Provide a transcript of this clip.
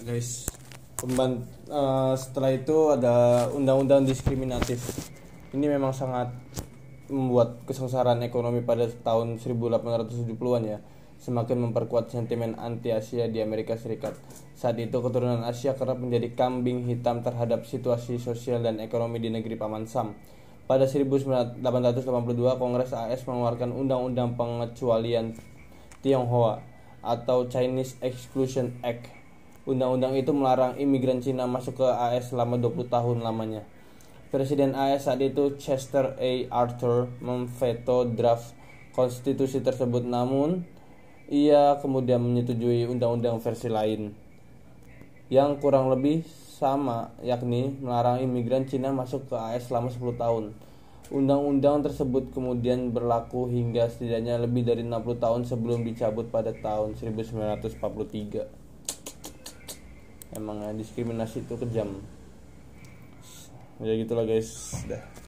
guys. Setelah itu ada undang-undang diskriminatif. Ini memang sangat membuat kesengsaraan ekonomi pada tahun 1870-an ya. Semakin memperkuat sentimen anti Asia di Amerika Serikat. Saat itu keturunan Asia kerap menjadi kambing hitam terhadap situasi sosial dan ekonomi di negeri Paman Sam. Pada 1882, Kongres AS mengeluarkan Undang-Undang Pengecualian Tionghoa atau Chinese Exclusion Act. Undang-undang itu melarang imigran Cina masuk ke AS selama 20 tahun lamanya. Presiden AS saat itu Chester A. Arthur memveto draft konstitusi tersebut, namun ia kemudian menyetujui undang-undang versi lain yang kurang lebih sama, yakni melarang imigran Cina masuk ke AS selama 10 tahun. Undang-undang tersebut kemudian berlaku hingga setidaknya lebih dari 60 tahun sebelum dicabut pada tahun 1943. Emang diskriminasi itu kejam. Ya gitulah guys. Dah.